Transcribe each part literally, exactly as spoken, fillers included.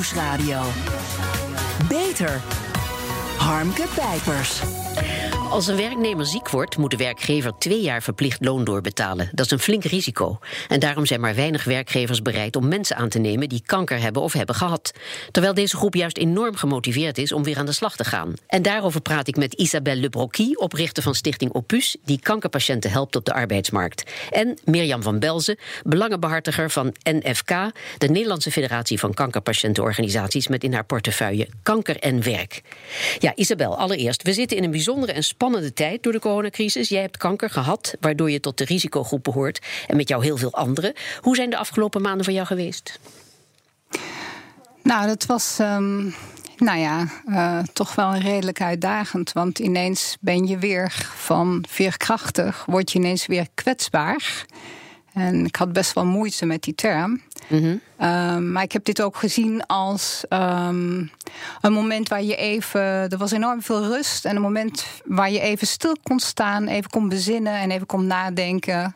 Nieuwsradio. Beter. Harmke Pijpers. Als een werknemer ziek wordt, moet de werkgever twee jaar verplicht loon doorbetalen. Dat is een flink risico. En daarom zijn maar weinig werkgevers bereid om mensen aan te nemen die kanker hebben of hebben gehad. Terwijl deze groep juist enorm gemotiveerd is om weer aan de slag te gaan. En daarover praat ik met Isabelle Le Brocqui, oprichter van Stichting Opus, die kankerpatiënten helpt op de arbeidsmarkt. En Mirjam van Belzen, belangenbehartiger van N F K, de Nederlandse Federatie van Kankerpatiëntenorganisaties, met in haar portefeuille kanker en werk. Ja, Isabelle, allereerst, we zitten in een bijzondere en spannende tijd door de coronacrisis. Jij hebt kanker gehad, waardoor je tot de risicogroep behoort. En met jou heel veel anderen. Hoe zijn de afgelopen maanden voor jou geweest? Nou, dat was um, nou ja, uh, toch wel redelijk uitdagend. Want ineens ben je weer van veerkrachtig, word je ineens weer kwetsbaar. En ik had best wel moeite met die term. Mm-hmm. Um, maar ik heb dit ook gezien als um, een moment waar je even... Er was enorm veel rust. En een moment waar je even stil kon staan, even kon bezinnen en even kon nadenken.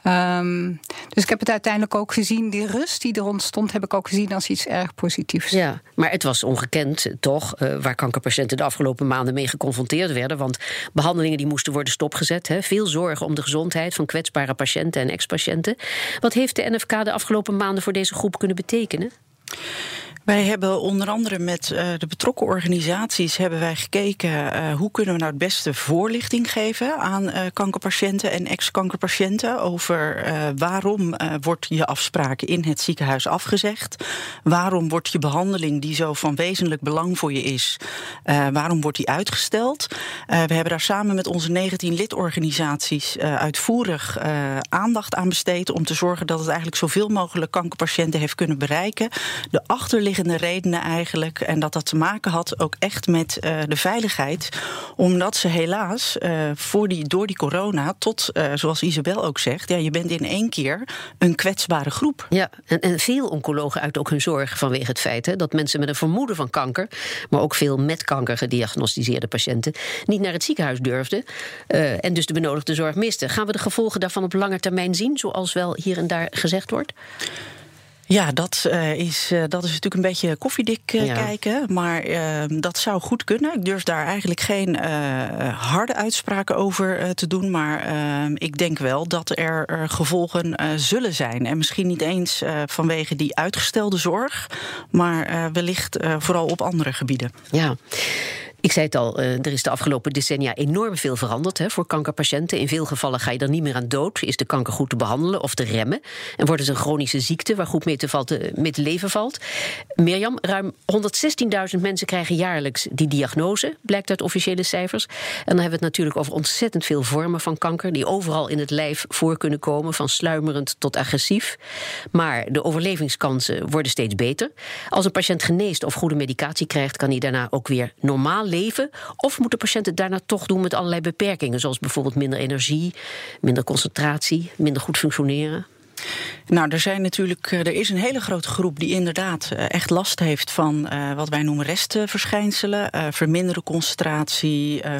Um, dus ik heb het uiteindelijk ook gezien, die rust die er ontstond, heb ik ook gezien als iets erg positiefs. Ja, maar het was ongekend, toch, uh, waar kankerpatiënten de afgelopen maanden mee geconfronteerd werden. Want behandelingen die moesten worden stopgezet. Hè, veel zorgen om de gezondheid van kwetsbare patiënten en ex-patiënten. Wat heeft de N F K de afgelopen maanden voor deze groep kunnen betekenen? Wij hebben onder andere met uh, de betrokken organisaties hebben wij gekeken uh, hoe kunnen we nou het beste voorlichting geven aan uh, kankerpatiënten en ex-kankerpatiënten over uh, waarom uh, wordt je afspraak in het ziekenhuis afgezegd, waarom wordt je behandeling die zo van wezenlijk belang voor je is, uh, waarom wordt die uitgesteld. Uh, we hebben daar samen met onze negentien lidorganisaties uh, uitvoerig uh, aandacht aan besteed om te zorgen dat het eigenlijk zoveel mogelijk kankerpatiënten heeft kunnen bereiken. De achterliggende redenen eigenlijk, en dat dat te maken had ook echt met uh, de veiligheid, omdat ze helaas uh, voor die, door die corona tot, uh, zoals Isabelle ook zegt, ja, je bent in één keer een kwetsbare groep. Ja, en, en veel oncologen uiten ook hun zorg vanwege het feit hè, dat mensen met een vermoeden van kanker, maar ook veel met kanker gediagnosticeerde patiënten, niet naar het ziekenhuis durfden uh, en dus de benodigde zorg misten. Gaan we de gevolgen daarvan op lange termijn zien, zoals wel hier en daar gezegd wordt? Ja, dat, uh, is, uh, dat is natuurlijk een beetje koffiedik uh, ja. kijken. Maar uh, dat zou goed kunnen. Ik durf daar eigenlijk geen uh, harde uitspraken over uh, te doen. Maar uh, ik denk wel dat er uh, gevolgen uh, zullen zijn. En misschien niet eens uh, vanwege die uitgestelde zorg, maar uh, wellicht uh, vooral op andere gebieden. Ja. Ik zei het al, er is de afgelopen decennia enorm veel veranderd hè, voor kankerpatiënten. In veel gevallen ga je dan niet meer aan dood, is de kanker goed te behandelen of te remmen. En wordt het een chronische ziekte waar goed mee te, val, te, mee te leven valt. Mirjam, ruim honderdzestienduizend mensen krijgen jaarlijks die diagnose, blijkt uit officiële cijfers. En dan hebben we het natuurlijk over ontzettend veel vormen van kanker, die overal in het lijf voor kunnen komen, van sluimerend tot agressief. Maar de overlevingskansen worden steeds beter. Als een patiënt geneest of goede medicatie krijgt, kan hij daarna ook weer normaal leven? Of moet de patiënt het daarna toch doen met allerlei beperkingen, zoals bijvoorbeeld minder energie, minder concentratie, minder goed functioneren? Nou, er zijn natuurlijk, er is een hele grote groep die inderdaad echt last heeft van uh, wat wij noemen restverschijnselen, uh, verminderde concentratie, uh,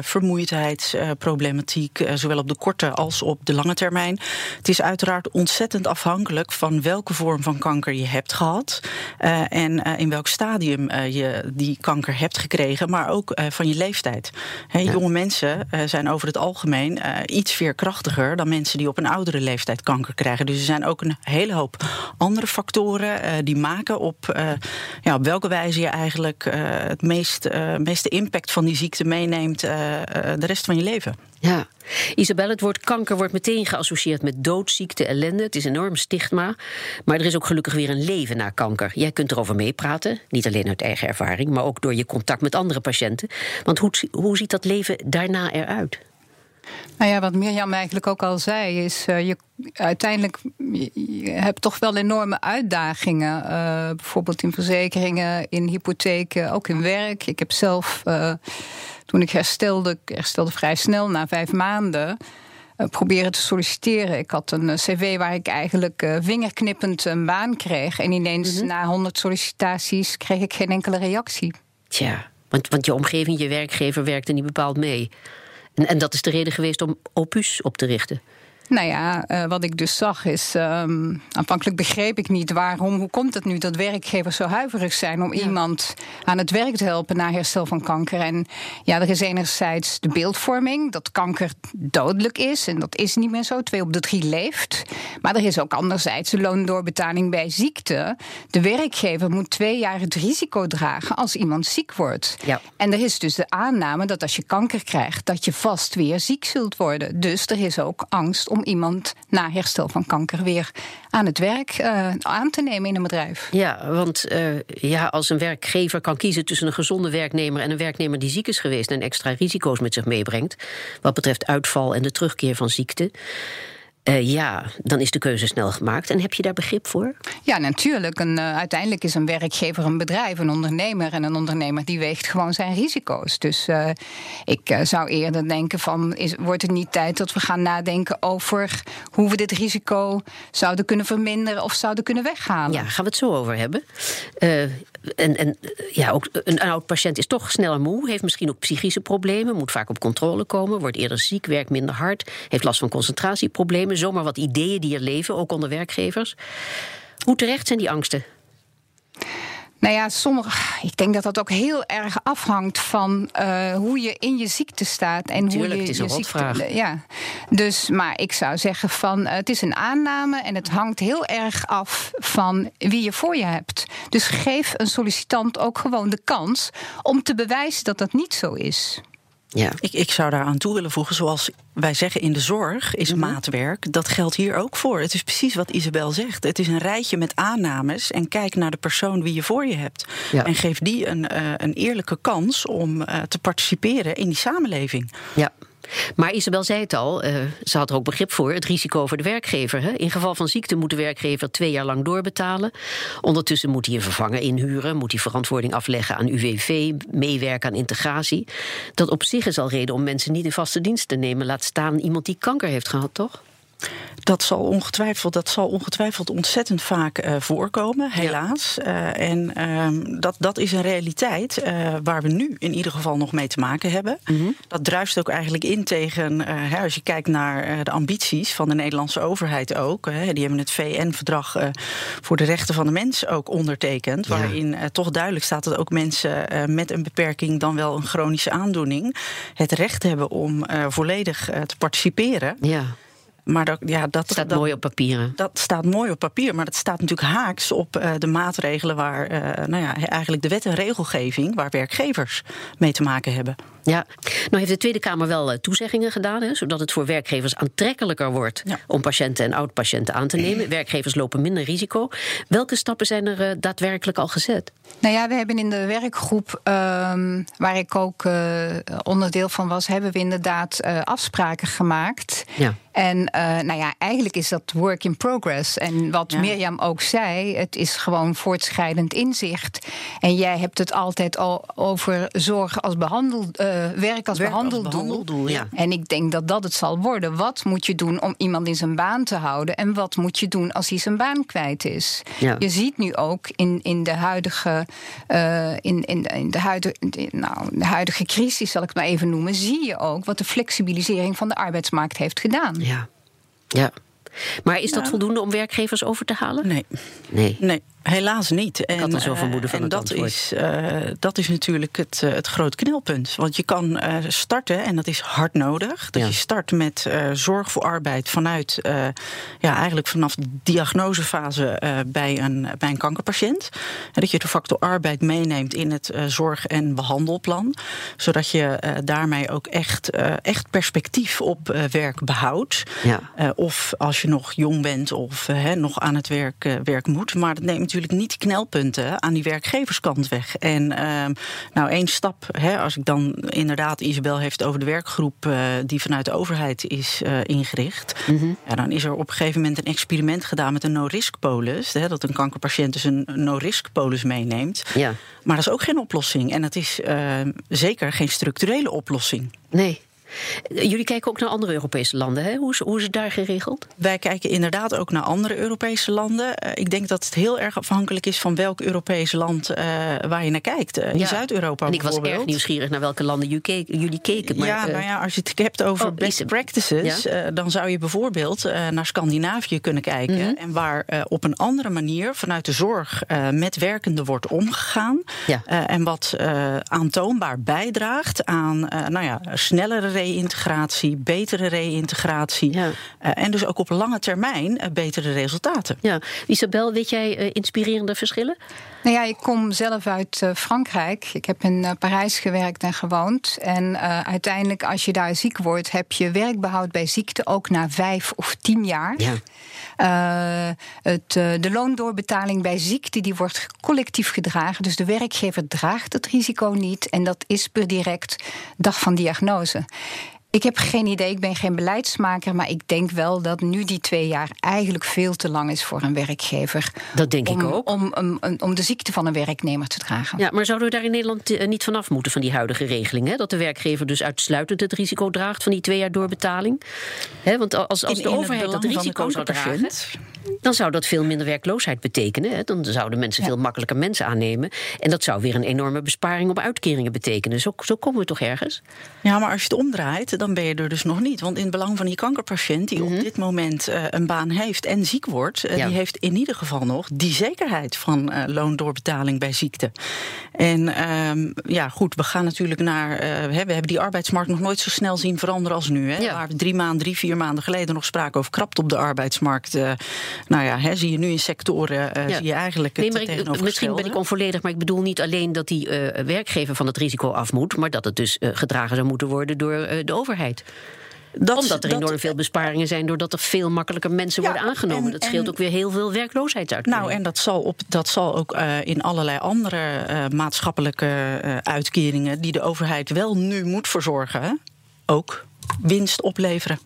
vermoeidheidsproblematiek, uh, zowel op de korte als op de lange termijn. Het is uiteraard ontzettend afhankelijk van welke vorm van kanker je hebt gehad uh, en uh, in welk stadium uh, je die kanker hebt gekregen, maar ook uh, van je leeftijd. He, ja. Jonge mensen uh, zijn over het algemeen uh, iets veerkrachtiger dan mensen die op een oudere leeftijd kanker krijgen. Dus er zijn ook een hele hoop andere factoren uh, die maken op, uh, ja, op welke wijze je eigenlijk uh, het meest, uh, meeste impact van die ziekte meeneemt uh, uh, de rest van je leven. Ja, Isabelle, het woord kanker wordt meteen geassocieerd met dood, ziekte, ellende. Het is een enorm stigma. Maar er is ook gelukkig weer een leven na kanker. Jij kunt erover meepraten, niet alleen uit eigen ervaring, maar ook door je contact met andere patiënten. Want hoe, hoe ziet dat leven daarna eruit? Nou ja, wat Mirjam eigenlijk ook al zei, is uh, je uiteindelijk je, je hebt toch wel enorme uitdagingen. Uh, bijvoorbeeld in verzekeringen, in hypotheken, ook in werk. Ik heb zelf, uh, toen ik herstelde, ik herstelde vrij snel na vijf maanden, uh, proberen te solliciteren. Ik had een uh, cv waar ik eigenlijk uh, vingerknippend een baan kreeg. En ineens mm-hmm. na honderd sollicitaties kreeg ik geen enkele reactie. Tja, want, want je omgeving, je werkgever werkte niet bepaald mee. En, en dat is de reden geweest om Opus op te richten? Nou ja, uh, wat ik dus zag is... Um, aanvankelijk begreep ik niet waarom... hoe komt het nu dat werkgevers zo huiverig zijn... om ja. iemand aan het werk te helpen na herstel van kanker. En ja, er is enerzijds de beeldvorming... dat kanker dodelijk is. En dat is niet meer zo. Twee op de drie leeft. Maar er is ook anderzijds de loondoorbetaling bij ziekte. De werkgever moet twee jaar het risico dragen... als iemand ziek wordt. Ja. En er is dus de aanname dat als je kanker krijgt... dat je vast weer ziek zult worden. Dus er is ook angst... om iemand na herstel van kanker weer aan het werk uh, aan te nemen in een bedrijf. Ja, want uh, ja, als een werkgever kan kiezen tussen een gezonde werknemer en een werknemer die ziek is geweest en extra risico's met zich meebrengt, wat betreft uitval en de terugkeer van ziekte, Uh, ja, dan is de keuze snel gemaakt. En heb je daar begrip voor? Ja, natuurlijk. Een, uh, uiteindelijk is een werkgever een bedrijf, een ondernemer. En een ondernemer die weegt gewoon zijn risico's. Dus uh, ik uh, zou eerder denken van, is, wordt het niet tijd dat we gaan nadenken over hoe we dit risico zouden kunnen verminderen of zouden kunnen weghalen? Ja, gaan we het zo over hebben. Uh, en, en ja, ook een oud patiënt is toch sneller moe, heeft misschien ook psychische problemen, moet vaak op controle komen, wordt eerder ziek, werkt minder hard, heeft last van concentratieproblemen. Zomaar wat ideeën die er leven, ook onder werkgevers. Hoe terecht zijn die angsten? Nou ja, sommige, ik denk dat dat ook heel erg afhangt van uh, hoe je in je ziekte staat. En Tuurlijk, hoe je, het is een je rotvraag. Ziekte, ja. Dus, maar ik zou zeggen van, uh, het is een aanname en het hangt heel erg af van wie je voor je hebt. Dus geef een sollicitant ook gewoon de kans om te bewijzen dat dat niet zo is. Ja. Ik, ik zou daar aan toe willen voegen, zoals wij zeggen in de zorg is mm-hmm. maatwerk. Dat geldt hier ook voor. Het is precies wat Isabel zegt. Het is een rijtje met aannames en kijk naar de persoon wie je voor je hebt. Ja. En geef die een, uh, een eerlijke kans om uh, te participeren in die samenleving. Ja. Maar Isabel zei het al, uh, ze had er ook begrip voor, het risico voor de werkgever. Hè? In geval van ziekte moet de werkgever twee jaar lang doorbetalen. Ondertussen moet hij een vervanger inhuren, moet hij verantwoording afleggen aan U W V, meewerken aan integratie. Dat op zich is al reden om mensen niet in vaste dienst te nemen, laat staan iemand die kanker heeft gehad, toch? Dat zal ongetwijfeld, dat zal ongetwijfeld ontzettend vaak uh, voorkomen, helaas. Ja. Uh, en uh, dat, dat is een realiteit uh, waar we nu in ieder geval nog mee te maken hebben. Mm-hmm. Dat druist ook eigenlijk in tegen, uh, hè, als je kijkt naar uh, de ambities van de Nederlandse overheid ook. Uh, die hebben het V N-verdrag uh, voor de rechten van de mens ook ondertekend. Ja. Waarin uh, toch duidelijk staat dat ook mensen uh, met een beperking, dan wel een chronische aandoening, het recht hebben om uh, volledig uh, te participeren. Ja. Maar dat, ja, dat staat dat, mooi op papier. Dat staat mooi op papier, maar dat staat natuurlijk haaks op uh, de maatregelen waar uh, nou ja, eigenlijk de wet en regelgeving waar werkgevers mee te maken hebben. Ja, nou heeft de Tweede Kamer wel uh, toezeggingen gedaan, hè, zodat het voor werkgevers aantrekkelijker wordt ja. om patiënten en oud-patiënten aan te nemen. Werkgevers lopen minder risico. Welke stappen zijn er uh, daadwerkelijk al gezet? Nou ja, we hebben in de werkgroep, uh, waar ik ook uh, onderdeel van was, hebben we inderdaad uh, afspraken gemaakt. Ja. En uh, nou ja, eigenlijk is dat work in progress. En wat ja. Mirjam ook zei, het is gewoon voortschrijdend inzicht. En jij hebt het altijd al over zorg als behandel, uh, werk als werk behandeldoel. Als behandeldoel ja. En ik denk dat dat het zal worden. Wat moet je doen om iemand in zijn baan te houden? En wat moet je doen als hij zijn baan kwijt is? Ja. Je ziet nu ook in, in de huidige, uh, in, in, de, in de, huidige, in, nou, de huidige crisis, zal ik het maar even noemen, zie je ook wat de flexibilisering van de arbeidsmarkt heeft gedaan. Ja, ja. Maar is dat ja. voldoende om werkgevers over te halen? Nee. Nee. Nee. Helaas niet. Ik had al zo vermoeden van en het dat antwoord. is, uh, dat is natuurlijk het, uh, het groot knelpunt. Want je kan uh, starten, en dat is hard nodig. Dat ja. je start met uh, zorg voor arbeid vanuit, uh, ja, eigenlijk vanaf de diagnosefase uh, bij, een, bij een kankerpatiënt. En dat je de factor arbeid meeneemt in het uh, zorg- en behandelplan. Zodat je uh, daarmee ook echt, uh, echt perspectief op uh, werk behoudt. Ja. Uh, of als je nog jong bent of uh, nog aan het werk, uh, werk moet. Maar dat neemt natuurlijk niet knelpunten aan die werkgeverskant weg. En uh, nou, één stap, hè, als ik dan inderdaad, Isabel heeft over de werkgroep uh, die vanuit de overheid is uh, ingericht. Mm-hmm. Ja, dan is er op een gegeven moment een experiment gedaan met een no-risk-polis. Hè, dat een kankerpatiënt dus een no-risk-polis meeneemt. Ja. Maar dat is ook geen oplossing. En dat is uh, zeker geen structurele oplossing. Nee. Jullie kijken ook naar andere Europese landen, hè? Hoe is, hoe is het daar geregeld? Wij kijken inderdaad ook naar andere Europese landen. Uh, ik denk dat het heel erg afhankelijk is van welk Europees land uh, waar je naar kijkt. Uh, in ja. Zuid-Europa en ik was erg nieuwsgierig naar welke landen jullie keken. Jullie keken maar, ja, uh, nou ja, als je het hebt over oh, best practices, ja? uh, dan zou je bijvoorbeeld uh, naar Scandinavië kunnen kijken. Mm-hmm. En waar uh, op een andere manier vanuit de zorg uh, met werkenden wordt omgegaan. Ja. Uh, en wat uh, aantoonbaar bijdraagt aan uh, nou ja, snellere reïntegratie, betere reïntegratie. Ja. Uh, en dus ook op lange termijn uh, betere resultaten. Ja. Isabel, weet jij uh, inspirerende verschillen? Nou ja, ik kom zelf uit uh, Frankrijk. Ik heb in uh, Parijs gewerkt en gewoond. En uh, uiteindelijk, als je daar ziek wordt, heb je werkbehoud bij ziekte ook na vijf of tien jaar. Ja. Uh, het, uh, de loondoorbetaling bij ziekte die wordt collectief gedragen. Dus de werkgever draagt het risico niet. En dat is per direct dag van diagnose. Ik heb geen idee, ik ben geen beleidsmaker, maar ik denk wel dat nu die twee jaar eigenlijk veel te lang is voor een werkgever. Dat denk om, ik ook. Om, om, om, om de ziekte van een werknemer te dragen. Ja, maar zouden we daar in Nederland niet vanaf moeten van die huidige regeling? Hè? Dat de werkgever dus uitsluitend het risico draagt van die twee jaar doorbetaling? Hè? Want als, als in, de overheid dat risico zou dragen, dan zou dat veel minder werkloosheid betekenen. Hè? Dan zouden mensen ja. veel makkelijker mensen aannemen. En dat zou weer een enorme besparing op uitkeringen betekenen. Zo, zo komen we toch ergens? Ja, maar als je het omdraait, dan ben je er dus nog niet. Want in het belang van die kankerpatiënt die mm-hmm. op dit moment uh, een baan heeft en ziek wordt, uh, ja. die heeft in ieder geval nog die zekerheid van uh, loondoorbetaling bij ziekte. En um, ja, goed, we gaan natuurlijk naar. Uh, hè, we hebben die arbeidsmarkt nog nooit zo snel zien veranderen als nu. Hè, ja. Waar we drie maanden, drie, vier maanden geleden nog spraken over krapte op de arbeidsmarkt. Uh, nou ja, hè, zie je nu in sectoren uh, ja. zie je eigenlijk het nee, maar ik, misschien ben ik onvolledig, maar ik bedoel niet alleen dat die uh, werkgever van het risico af moet, maar dat het dus uh, gedragen zou moeten worden door uh, de overheid. Dat, Omdat er enorm dat, veel besparingen zijn doordat er veel makkelijker mensen ja, worden aangenomen. En, dat scheelt en, ook weer heel veel werkloosheidsuitkeringen. Nou, en dat zal, op, dat zal ook uh, in allerlei andere uh, maatschappelijke uh, uitkeringen die de overheid wel nu moet verzorgen, ook winst opleveren.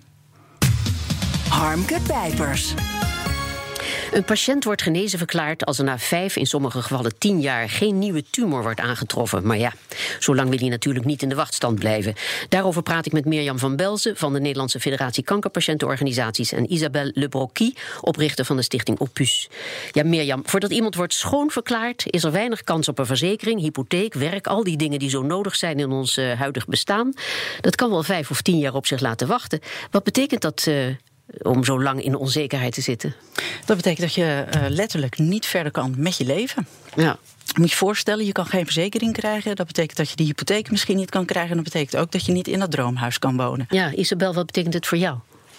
Harmke Pijpers. Een patiënt wordt genezen verklaard als er na vijf, in sommige gevallen tien jaar, geen nieuwe tumor wordt aangetroffen. Maar ja, zo lang wil hij natuurlijk niet in de wachtstand blijven. Daarover praat ik met Mirjam van Belzen van de Nederlandse Federatie Kankerpatiëntenorganisaties en Isabelle Le Brocqui, oprichter van de stichting Opus. Ja, Mirjam, voordat iemand wordt schoonverklaard, is er weinig kans op een verzekering, hypotheek, werk, al die dingen die zo nodig zijn in ons uh, huidig bestaan. Dat kan wel vijf of tien jaar op zich laten wachten. Wat betekent dat Uh, om zo lang in onzekerheid te zitten? Dat betekent dat je uh, letterlijk niet verder kan met je leven. Ja. Je moet je voorstellen, je kan geen verzekering krijgen. Dat betekent dat je die hypotheek misschien niet kan krijgen. En dat betekent ook dat je niet in dat droomhuis kan wonen. Ja, Isabel, wat betekent het voor jou?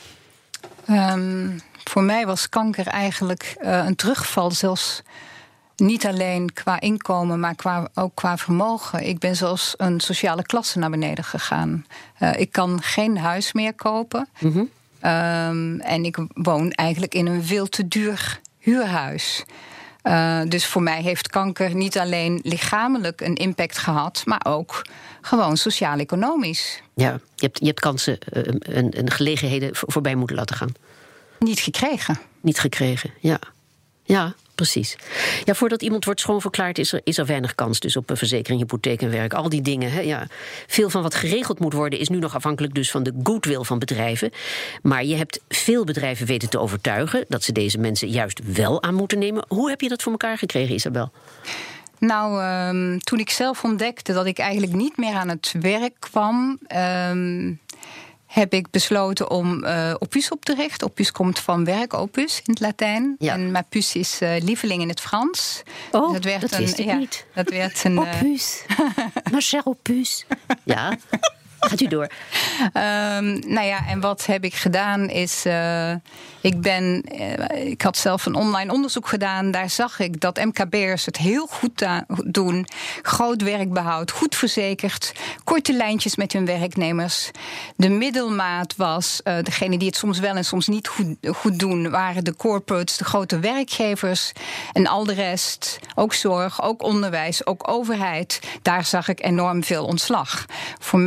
Um, voor mij was kanker eigenlijk uh, een terugval, zelfs niet alleen qua inkomen, maar qua, ook qua vermogen. Ik ben zelfs een sociale klasse naar beneden gegaan. Uh, ik kan geen huis meer kopen. Mm-hmm. Um, en ik woon eigenlijk in een veel te duur huurhuis. Uh, dus voor mij heeft kanker niet alleen lichamelijk een impact gehad, maar ook gewoon sociaal-economisch. Ja, je hebt, je hebt kansen uh, en, en gelegenheden voorbij moeten laten gaan. Niet gekregen. Niet gekregen, ja. Ja, precies. Ja, voordat iemand wordt schoonverklaard is er, is er weinig kans dus op een verzekering, hypotheek en werk. Al die dingen. Hè, ja. Veel van wat geregeld moet worden is nu nog afhankelijk dus van de goodwill van bedrijven. Maar je hebt veel bedrijven weten te overtuigen dat ze deze mensen juist wel aan moeten nemen. Hoe heb je dat voor elkaar gekregen, Isabel? Nou, um, toen ik zelf ontdekte dat ik eigenlijk niet meer aan het werk kwam, Um, heb ik besloten om uh, Opus op te richten. Opus komt van werk, opus in het Latijn. Ja. En Mapus is uh, lieveling in het Frans. Oh, dus dat, werd dat een, wist ik ja, niet. Dat werd een Opus. Ma chère Opus. Ja, gaat u door. Um, nou ja, en wat heb ik gedaan is, Uh, ik ben, uh, ik had zelf een online onderzoek gedaan. Daar zag ik dat M K B'ers het heel goed da- doen. Groot werkbehoud, goed verzekerd. Korte lijntjes met hun werknemers. De middelmaat was, uh, degene die het soms wel en soms niet goed, goed doen, waren de corporates, de grote werkgevers. En al de rest, ook zorg, ook onderwijs, ook overheid. Daar zag ik enorm veel ontslag. Voor mij, ik kwam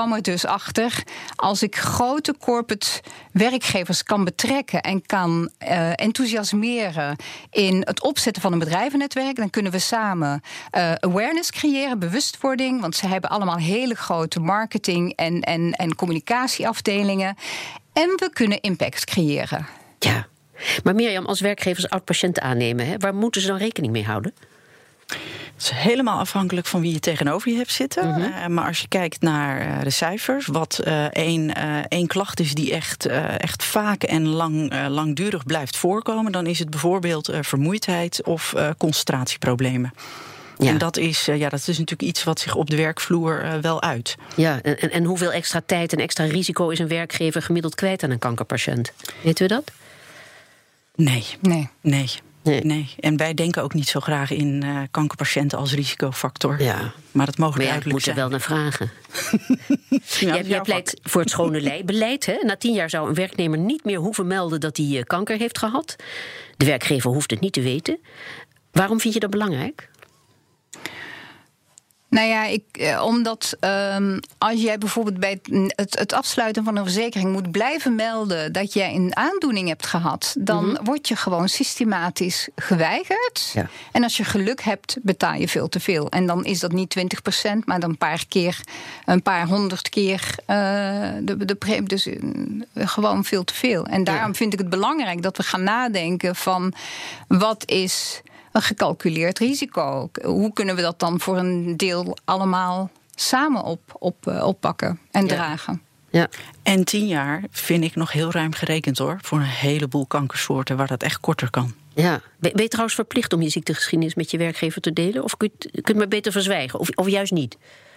kwam er dus achter, als ik grote corporate werkgevers kan betrekken en kan uh, enthousiasmeren in het opzetten van een bedrijvennetwerk, dan kunnen we samen uh, awareness creëren, bewustwording, want ze hebben allemaal hele grote marketing en, en, en communicatieafdelingen. En we kunnen impact creëren. Ja, maar Mirjam, als werkgevers oud-patiënten aannemen, hè, waar moeten ze dan rekening mee houden? Het is helemaal afhankelijk van wie je tegenover je hebt zitten. Mm-hmm. Uh, maar als je kijkt naar uh, de cijfers, wat uh, één, uh, één klacht is die echt, uh, echt vaak en lang, uh, langdurig blijft voorkomen, dan is het bijvoorbeeld uh, vermoeidheid of uh, concentratieproblemen. Ja. En dat is, uh, ja, dat is natuurlijk iets wat zich op de werkvloer uh, wel uit. Ja, en, en hoeveel extra tijd en extra risico is een werkgever gemiddeld kwijt aan een kankerpatiënt? Weten we dat? Nee. Nee. Nee. Nee. nee. En wij denken ook niet zo graag in uh, kankerpatiënten als risicofactor. Ja. Maar dat mogen we ja, duidelijk zijn. Maar je moet er wel naar vragen. ja, jij jij pleit voor het schone beleid. Hè? Na tien jaar zou een werknemer niet meer hoeven melden dat hij uh, kanker heeft gehad. De werkgever hoeft het niet te weten. Waarom vind je dat belangrijk? Nou ja, ik, eh, omdat um, als jij bijvoorbeeld bij het, het afsluiten van een verzekering moet blijven melden dat jij een aandoening hebt gehad, dan mm-hmm. word je gewoon systematisch geweigerd. Ja. En als je geluk hebt, betaal je veel te veel. En dan is dat niet twintig procent, maar dan een paar keer, een paar honderd keer uh, de, de premie. Dus uh, gewoon veel te veel. En daarom ja. vind ik het belangrijk dat we gaan nadenken van wat is een gecalculeerd risico. Hoe kunnen we dat dan voor een deel allemaal samen op, op, uh, oppakken en ja. dragen? Ja. En tien jaar vind ik nog heel ruim gerekend hoor, voor een heleboel kankersoorten waar dat echt korter kan. Ja. Ben je trouwens verplicht om je ziektegeschiedenis met je werkgever te delen? Of kun je het, kun je het maar beter verzwijgen? Of, of juist niet?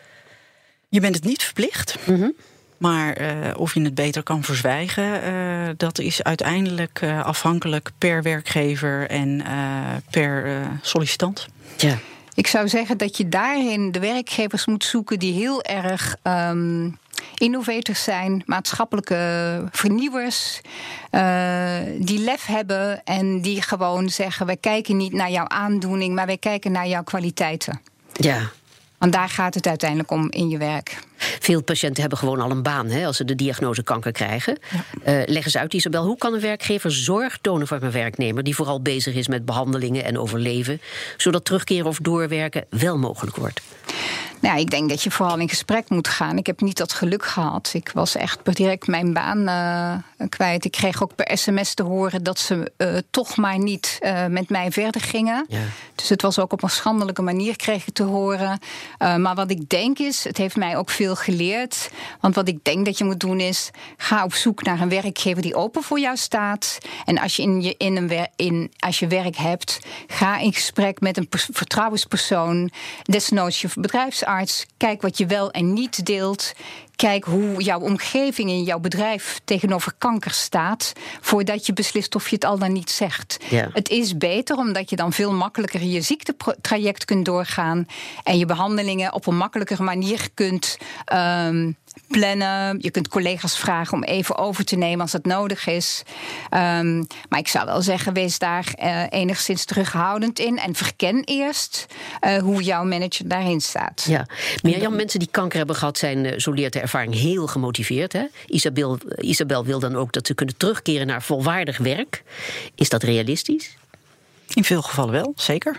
Je bent het niet verplicht. Mm-hmm. Maar uh, of je het beter kan verzwijgen, uh, dat is uiteindelijk uh, afhankelijk per werkgever en uh, per uh, sollicitant. Ja. Ik zou zeggen dat je daarin de werkgevers moet zoeken die heel erg um, innovators zijn, maatschappelijke vernieuwers, uh, die lef hebben en die gewoon zeggen, wij kijken niet naar jouw aandoening, maar wij kijken naar jouw kwaliteiten. Ja. Want daar gaat het uiteindelijk om in je werk. Veel patiënten hebben gewoon al een baan hè, als ze de diagnose kanker krijgen. Ja. Uh, leg eens uit, Isabel, hoe kan een werkgever zorg tonen voor een werknemer die vooral bezig is met behandelingen en overleven, zodat terugkeren of doorwerken wel mogelijk wordt? Nou, ik denk dat je vooral in gesprek moet gaan. Ik heb niet dat geluk gehad. Ik was echt direct mijn baan uh, kwijt. Ik kreeg ook per sms te horen dat ze uh, toch maar niet uh, met mij verder gingen. Ja. Dus het was ook op een schandelijke manier, kreeg ik te horen. Uh, maar wat ik denk is, het heeft mij ook veel geleerd. Want wat ik denk dat je moet doen is, ga op zoek naar een werkgever die open voor jou staat. En als je, in je, in een wer- in, als je werk hebt, ga in gesprek met een pers- vertrouwenspersoon. Desnoods je bedrijfsarts. Kijk wat je wel en niet deelt. Kijk hoe jouw omgeving in jouw bedrijf tegenover kanker staat, voordat je beslist of je het al dan niet zegt. Ja. Het is beter omdat je dan veel makkelijker je ziektetraject kunt doorgaan en je behandelingen op een makkelijkere manier kunt um, plannen. Je kunt collega's vragen om even over te nemen als het nodig is. Um, maar ik zou wel zeggen, wees daar uh, enigszins terughoudend in en verken eerst uh, hoe jouw manager daarin staat. Ja, Mirjam, mensen die kanker hebben gehad zijn, zo leert de ervaring, heel gemotiveerd. Hè? Isabel, Isabel wil dan ook dat ze kunnen terugkeren naar volwaardig werk. Is dat realistisch? In veel gevallen wel, zeker.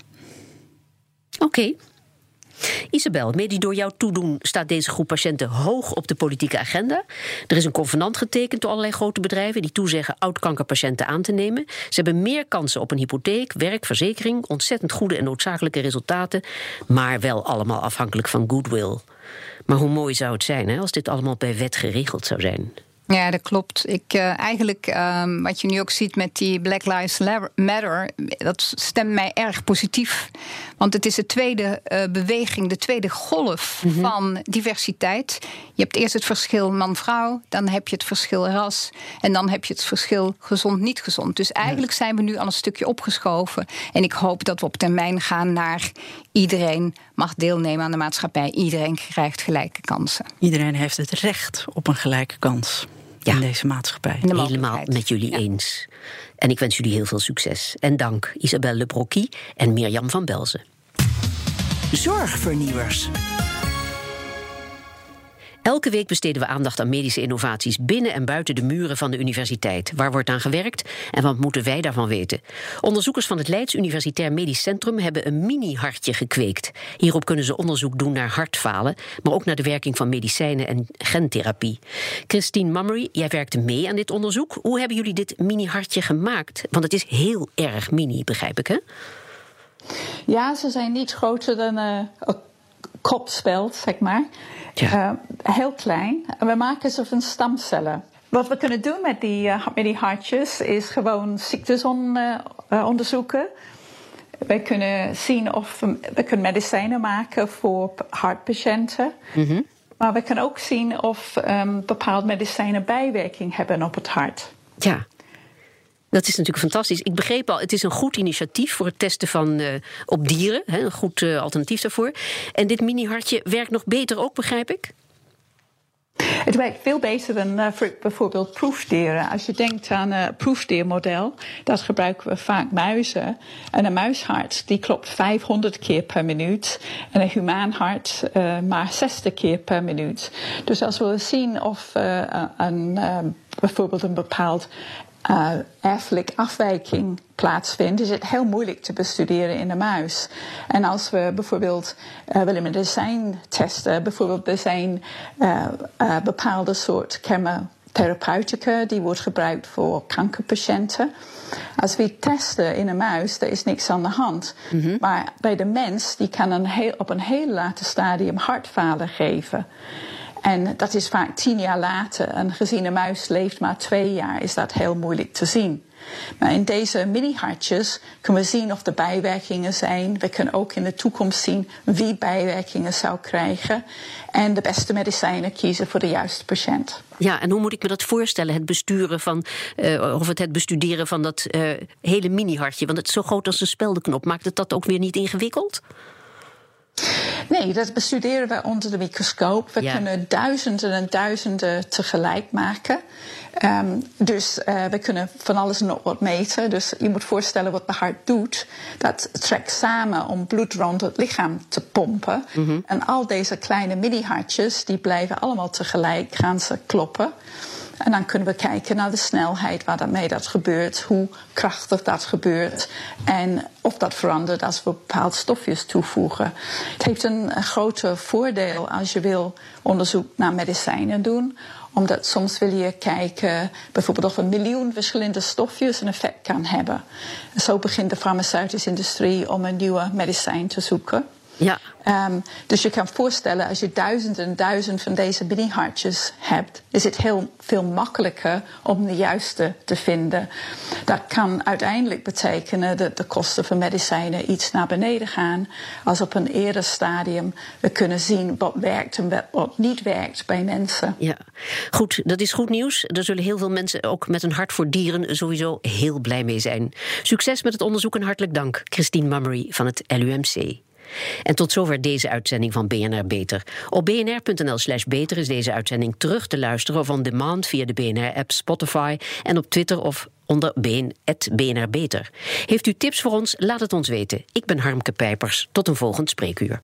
Oké. Okay. Isabel, mede door jouw toedoen staat deze groep patiënten hoog op de politieke agenda. Er is een convenant getekend door allerlei grote bedrijven die toezeggen oud-kankerpatiënten aan te nemen. Ze hebben meer kansen op een hypotheek, werk, verzekering, ontzettend goede en noodzakelijke resultaten, maar wel allemaal afhankelijk van goodwill. Maar hoe mooi zou het zijn hè, als dit allemaal bij wet geregeld zou zijn? Ja, dat klopt. Ik, uh, eigenlijk, um, wat je nu ook ziet met die Black Lives Matter, dat stemt mij erg positief. Want het is de tweede uh, beweging, de tweede golf mm-hmm. van diversiteit. Je hebt eerst het verschil man-vrouw, dan heb je het verschil ras en dan heb je het verschil gezond-niet gezond. Dus eigenlijk ja. zijn we nu al een stukje opgeschoven. En ik hoop dat we op termijn gaan naar iedereen mag deelnemen aan de maatschappij. Iedereen krijgt gelijke kansen. Iedereen heeft het recht op een gelijke kans. Ja. In deze maatschappij. De Helemaal met jullie ja. eens. En ik wens jullie heel veel succes. En dank Isabel Le Brocqui en Mirjam van Belzen. Zorgvernieuwers. Elke week besteden we aandacht aan medische innovaties binnen en buiten de muren van de universiteit. Waar wordt aan gewerkt en wat moeten wij daarvan weten? Onderzoekers van het Leids Universitair Medisch Centrum hebben een mini-hartje gekweekt. Hierop kunnen ze onderzoek doen naar hartfalen, maar ook naar de werking van medicijnen en gentherapie. Christine Mummery, jij werkte mee aan dit onderzoek. Hoe hebben jullie dit mini-hartje gemaakt? Want het is heel erg mini, begrijp ik, hè? Ja, ze zijn niet groter dan uh, een kopspeld, zeg maar. Ja. Uh, heel klein. En we maken ze van stamcellen. Wat we kunnen doen met die, uh, met die hartjes is gewoon ziektes on, uh, uh, onderzoeken. We kunnen zien of we, we kunnen medicijnen maken voor hartpatiënten. Mm-hmm. Maar we kunnen ook zien of um, bepaalde medicijnen bijwerking hebben op het hart. Ja. Dat is natuurlijk fantastisch. Ik begreep al, het is een goed initiatief voor het testen van uh, op dieren. Hè, een goed uh, alternatief daarvoor. En dit mini-hartje werkt nog beter ook, begrijp ik? Het werkt veel beter dan uh, voor bijvoorbeeld proefdieren. Als je denkt aan een proefdiermodel, dat gebruiken we vaak muizen. En een muishart die klopt vijfhonderd keer per minuut. En een humaan hart uh, maar zestig keer per minuut. Dus als we zien of uh, een, uh, bijvoorbeeld een bepaald Uh, erfelijke afwijking plaatsvindt, is het heel moeilijk te bestuderen in de muis. En als we bijvoorbeeld uh, willen medicijn testen, bijvoorbeeld er zijn uh, uh, bepaalde soort chemotherapeutica die wordt gebruikt voor kankerpatiënten. Als we testen in een muis, er is niks aan de hand. Mm-hmm. Maar bij de mens, die kan een heel, op een heel late stadium hartfalen geven. En dat is vaak tien jaar later. En gezien een muis leeft maar twee jaar, is dat heel moeilijk te zien. Maar in deze mini-hartjes kunnen we zien of er bijwerkingen zijn. We kunnen ook in de toekomst zien wie bijwerkingen zou krijgen. En de beste medicijnen kiezen voor de juiste patiënt. Ja, en hoe moet ik me dat voorstellen? Het besturen van, uh, of het, het bestuderen van dat uh, hele mini-hartje. Want het is zo groot als een speldenknop. Maakt het dat ook weer niet ingewikkeld? Nee, dat bestuderen we onder de microscoop. We ja. kunnen duizenden en duizenden tegelijk maken. Um, dus uh, we kunnen van alles en nog wat meten. Dus je moet voorstellen wat de hart doet. Dat trekt samen om bloed rond het lichaam te pompen. Mm-hmm. En al deze kleine mini-hartjes, die blijven allemaal tegelijk, gaan ze kloppen. En dan kunnen we kijken naar de snelheid waarmee dat gebeurt, hoe krachtig dat gebeurt en of dat verandert als we bepaalde stofjes toevoegen. Het heeft een, een grote voordeel als je wil onderzoek naar medicijnen doen, omdat soms wil je kijken bijvoorbeeld of een miljoen verschillende stofjes een effect kan hebben. En zo begint de farmaceutische industrie om een nieuwe medicijn te zoeken. Ja. Um, dus je kan voorstellen, als je duizenden en duizend van deze mini-hartjes hebt, is het heel veel makkelijker om de juiste te vinden. Dat kan uiteindelijk betekenen dat de kosten van medicijnen iets naar beneden gaan. Als op een eerder stadium we kunnen zien wat werkt en wat niet werkt bij mensen. Ja, goed, dat is goed nieuws. Er zullen heel veel mensen ook met een hart voor dieren sowieso heel blij mee zijn. Succes met het onderzoek en hartelijk dank, Christine Mummery van het L U M C. En tot zover deze uitzending van B N R Beter. Op bnr.nl slash beter is deze uitzending terug te luisteren of on demand via de B N R-app, Spotify en op Twitter of onder B N R Beter. Heeft u tips voor ons? Laat het ons weten. Ik ben Harmke Pijpers. Tot een volgend Spreekuur.